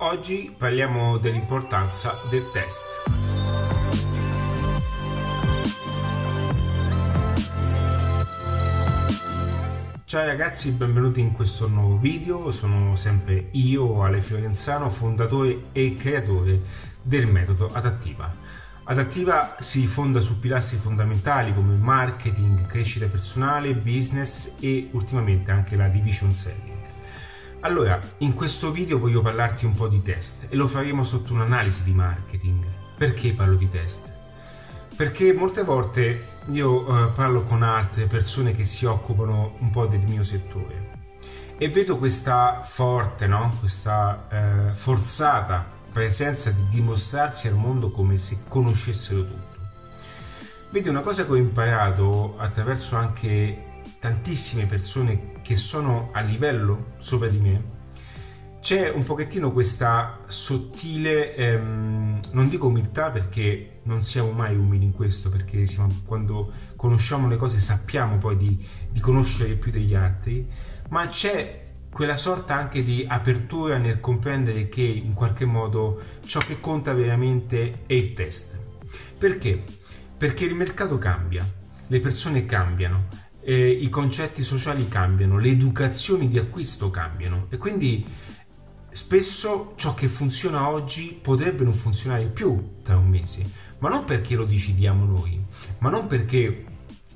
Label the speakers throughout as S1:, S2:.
S1: Oggi parliamo dell'importanza del test. Ciao ragazzi, benvenuti in questo nuovo video. Sono sempre io, Ale Fiorenzano, fondatore e creatore del metodo Adattiva. Adattiva si fonda su pilastri fondamentali come marketing, crescita personale, business e ultimamente anche la division selling. Allora, in questo video voglio parlarti un po' di test e lo faremo sotto un'analisi di marketing. Perché parlo di test? Perché molte volte io parlo con altre persone che si occupano un po' del mio settore e vedo questa forte, questa forzata presenza di dimostrarsi al mondo come se conoscessero tutto. Vedi, una cosa che ho imparato attraverso anche tantissime persone che sono a livello sopra di me, c'è un pochettino questa sottile, non dico umiltà perché non siamo mai umili in questo, perché quando conosciamo le cose sappiamo poi di conoscere più degli altri, ma c'è quella sorta anche di apertura nel comprendere che in qualche modo ciò che conta veramente è il test. Perché? Perché il mercato cambia, le persone cambiano, i concetti sociali cambiano, le educazioni di acquisto cambiano e quindi spesso ciò che funziona oggi potrebbe non funzionare più tra un mese, ma non perché lo decidiamo noi, ma non perché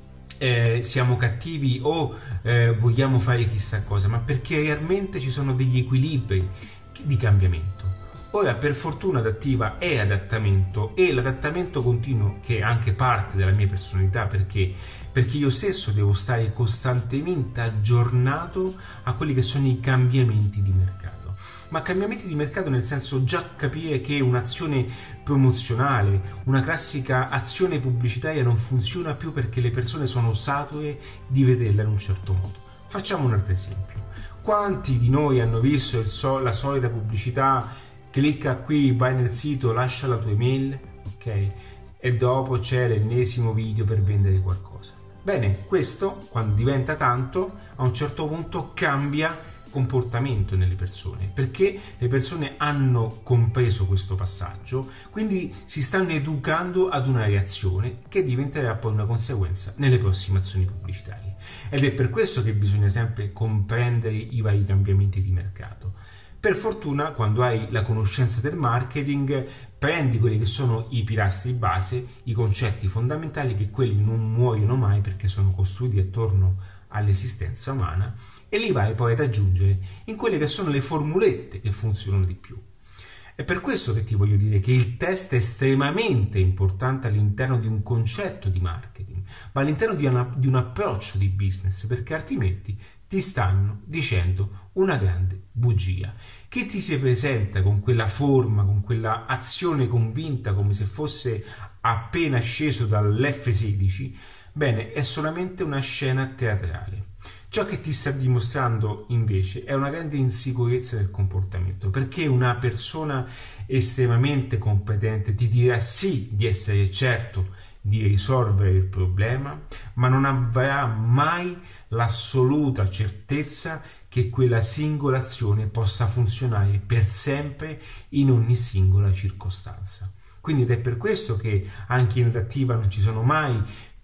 S1: siamo cattivi o vogliamo fare chissà cosa, ma perché realmente ci sono degli equilibri di cambiamento. Ora, per fortuna Adattiva è adattamento, e l'adattamento continuo, che è anche parte della mia personalità, perché io stesso devo stare costantemente aggiornato a quelli che sono i cambiamenti di mercato. Ma cambiamenti di mercato nel senso già capire che un'azione promozionale, una classica azione pubblicitaria non funziona più perché le persone sono sature di vederla in un certo modo. Facciamo un altro esempio. Quanti di noi hanno visto la solita pubblicità: clicca qui, vai nel sito, lascia la tua email, ok? E dopo c'è l'ennesimo video per vendere qualcosa. Bene, questo quando diventa tanto, a un certo punto cambia comportamento nelle persone, perché le persone hanno compreso questo passaggio, quindi si stanno educando ad una reazione che diventerà poi una conseguenza nelle prossime azioni pubblicitarie. Ed è per questo che bisogna sempre comprendere i vari cambiamenti di mercato. Per fortuna, quando hai la conoscenza del marketing, prendi quelli che sono i pilastri base, i concetti fondamentali, che quelli non muoiono mai perché sono costruiti attorno all'esistenza umana, e li vai poi ad aggiungere in quelle che sono le formulette che funzionano di più. È per questo che ti voglio dire che il test è estremamente importante all'interno di un concetto di marketing, ma all'interno di un approccio di business, perché altrimenti ti stanno dicendo una grande bugia. Chi ti si presenta con quella forma, con quella azione convinta, come se fosse appena sceso dall'F16, bene, è solamente una scena teatrale. Ciò che ti sta dimostrando invece è una grande insicurezza del comportamento, perché una persona estremamente competente ti dirà sì di essere certo di risolvere il problema, ma non avrà mai l'assoluta certezza che quella singola azione possa funzionare per sempre in ogni singola circostanza. Quindi ed è per questo che anche in Adattiva non ci sono mai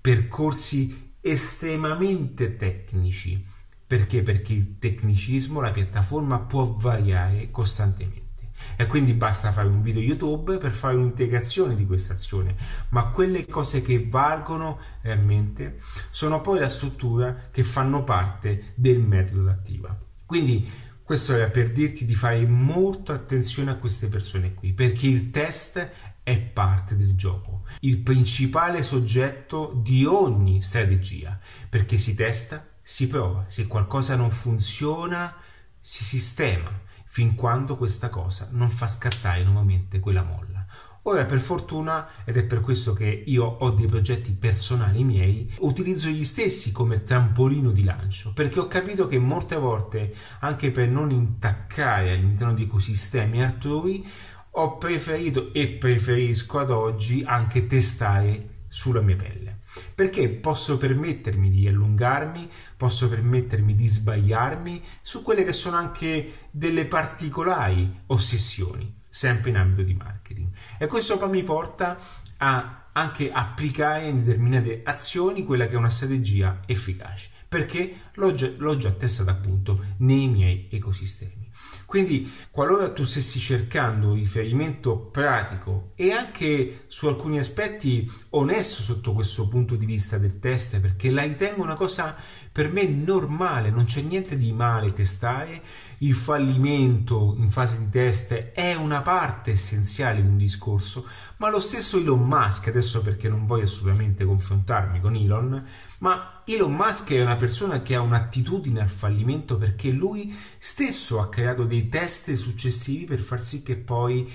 S1: percorsi estremamente tecnici. Perché? Perché il tecnicismo, la piattaforma può variare costantemente. E quindi basta fare un video YouTube per fare un'integrazione di questa azione, ma quelle cose che valgono realmente sono poi la struttura che fanno parte del metodo Adattiva. Quindi questo era per dirti di fare molta attenzione a queste persone qui, perché il test è parte del gioco, il principale soggetto di ogni strategia, perché si testa, si prova, se qualcosa non funziona si sistema, fin quando questa cosa non fa scattare nuovamente quella molla. Ora, per fortuna, ed è per questo che io ho dei progetti personali miei, utilizzo gli stessi come trampolino di lancio, perché ho capito che molte volte, anche per non intaccare all'interno di ecosistemi altrui, ho preferito e preferisco ad oggi anche testare sulla mia pelle, perché posso permettermi di allungarmi, posso permettermi di sbagliarmi su quelle che sono anche delle particolari ossessioni, sempre in ambito di marketing. E questo poi mi porta a anche applicare in determinate azioni quella che è una strategia efficace, perché l'ho già testata appunto nei miei ecosistemi. Quindi qualora tu stessi cercando riferimento pratico e anche su alcuni aspetti onesto sotto questo punto di vista del test, perché la ritengo una cosa per me normale, non c'è niente di male testare, il fallimento in fase di test è una parte essenziale di un discorso, ma lo stesso Elon Musk, adesso perché non voglio assolutamente confrontarmi con Elon, ma Elon Musk è una persona che ha un'attitudine al fallimento perché lui stesso ha creato dei test successivi per far sì che poi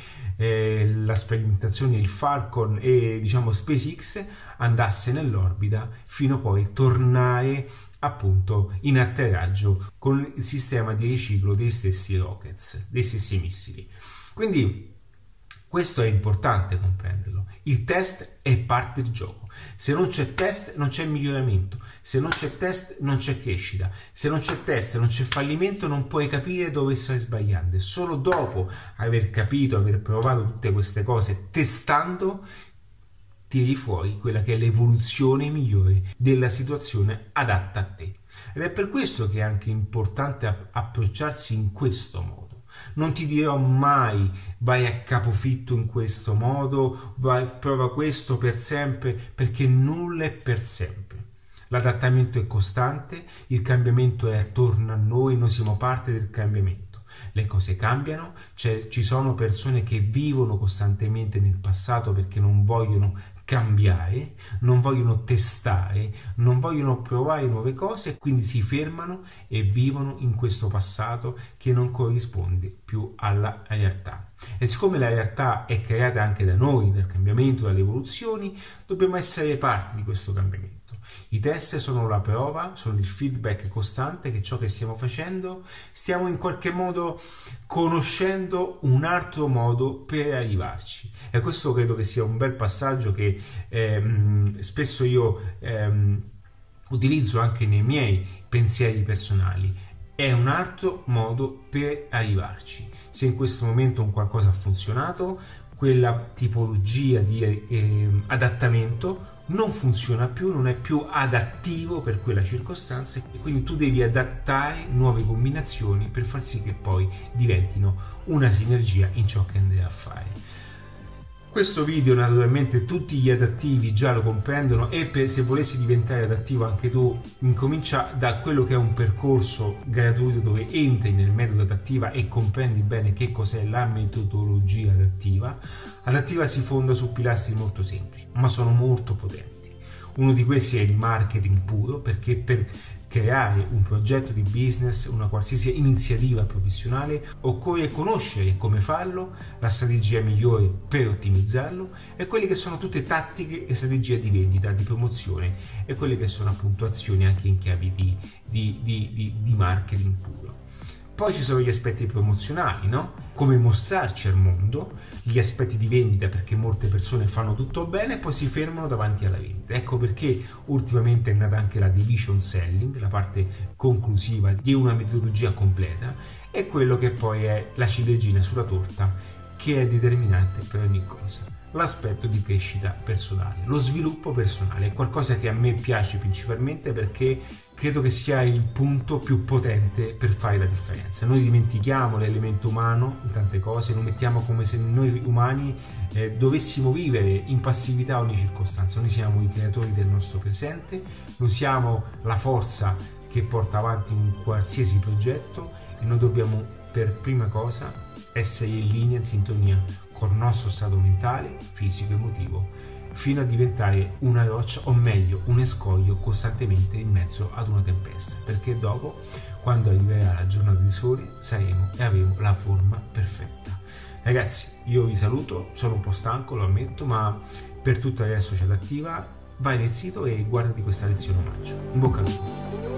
S1: la sperimentazione, il Falcon e diciamo SpaceX andasse nell'orbita fino a poi tornare appunto in atterraggio con il sistema di riciclo dei stessi rockets, dei stessi missili. Quindi questo è importante comprenderlo. Il test è parte del gioco. Se non c'è test non c'è miglioramento, se non c'è test non c'è crescita, se non c'è test non c'è fallimento, non puoi capire dove stai sbagliando. E solo dopo aver capito, aver provato tutte queste cose testando, tiri fuori quella che è l'evoluzione migliore della situazione adatta a te. Ed è per questo che è anche importante approcciarsi in questo modo. Non ti dirò mai vai a capofitto in questo modo, prova questo per sempre, perché nulla è per sempre. L'adattamento è costante, il cambiamento è attorno a noi, noi siamo parte del cambiamento. Le cose cambiano, ci sono persone che vivono costantemente nel passato perché non vogliono cambiare, non vogliono testare, non vogliono provare nuove cose, quindi si fermano e vivono in questo passato che non corrisponde più alla realtà. E siccome la realtà è creata anche da noi, dal cambiamento, dalle evoluzioni, dobbiamo essere parte di questo cambiamento. I test sono la prova, sono il feedback costante che ciò che stiamo facendo, stiamo in qualche modo conoscendo un altro modo per arrivarci. E questo credo che sia un bel passaggio che spesso io utilizzo anche nei miei pensieri personali. È un altro modo per arrivarci. Se in questo momento un qualcosa ha funzionato, quella tipologia di adattamento non funziona più, non è più adattivo per quella circostanza e quindi tu devi adattare nuove combinazioni per far sì che poi diventino una sinergia in ciò che andrai a fare. Questo video naturalmente tutti gli adattivi già lo comprendono e se volessi diventare adattivo anche tu, incomincia da quello che è un percorso gratuito dove entri nel metodo adattiva e comprendi bene che cos'è la metodologia adattiva. Adattiva si fonda su pilastri molto semplici, ma sono molto potenti. Uno di questi è il marketing puro, perché per creare un progetto di business, una qualsiasi iniziativa professionale, occorre conoscere come farlo, la strategia migliore per ottimizzarlo e quelle che sono tutte tattiche e strategie di vendita, di promozione e quelle che sono appunto azioni anche in chiave di marketing puro. Poi ci sono gli aspetti promozionali, no? Come mostrarci al mondo, gli aspetti di vendita, perché molte persone fanno tutto bene e poi si fermano davanti alla vendita. Ecco perché ultimamente è nata anche la division selling, la parte conclusiva di una metodologia completa, e quello che poi è la ciliegina sulla torta che è determinante per ogni cosa. L'aspetto di crescita personale, lo sviluppo personale è qualcosa che a me piace principalmente perché credo che sia il punto più potente per fare la differenza. Noi dimentichiamo l'elemento umano in tante cose, lo mettiamo come se noi umani dovessimo vivere in passività ogni circostanza. Noi siamo i creatori del nostro presente, noi siamo la forza che porta avanti un qualsiasi progetto e noi dobbiamo per prima cosa essere in linea, in sintonia col nostro stato mentale, fisico e emotivo, fino a diventare una roccia, o meglio un scoglio costantemente in mezzo ad una tempesta, perché dopo, quando arriverà la giornata di sole, saremo e avremo la forma perfetta. Ragazzi, io vi saluto, sono un po' stanco, lo ammetto, ma per tutto adesso c'è Adattiva, vai nel sito e guardati questa lezione omaggio. In bocca al lupo!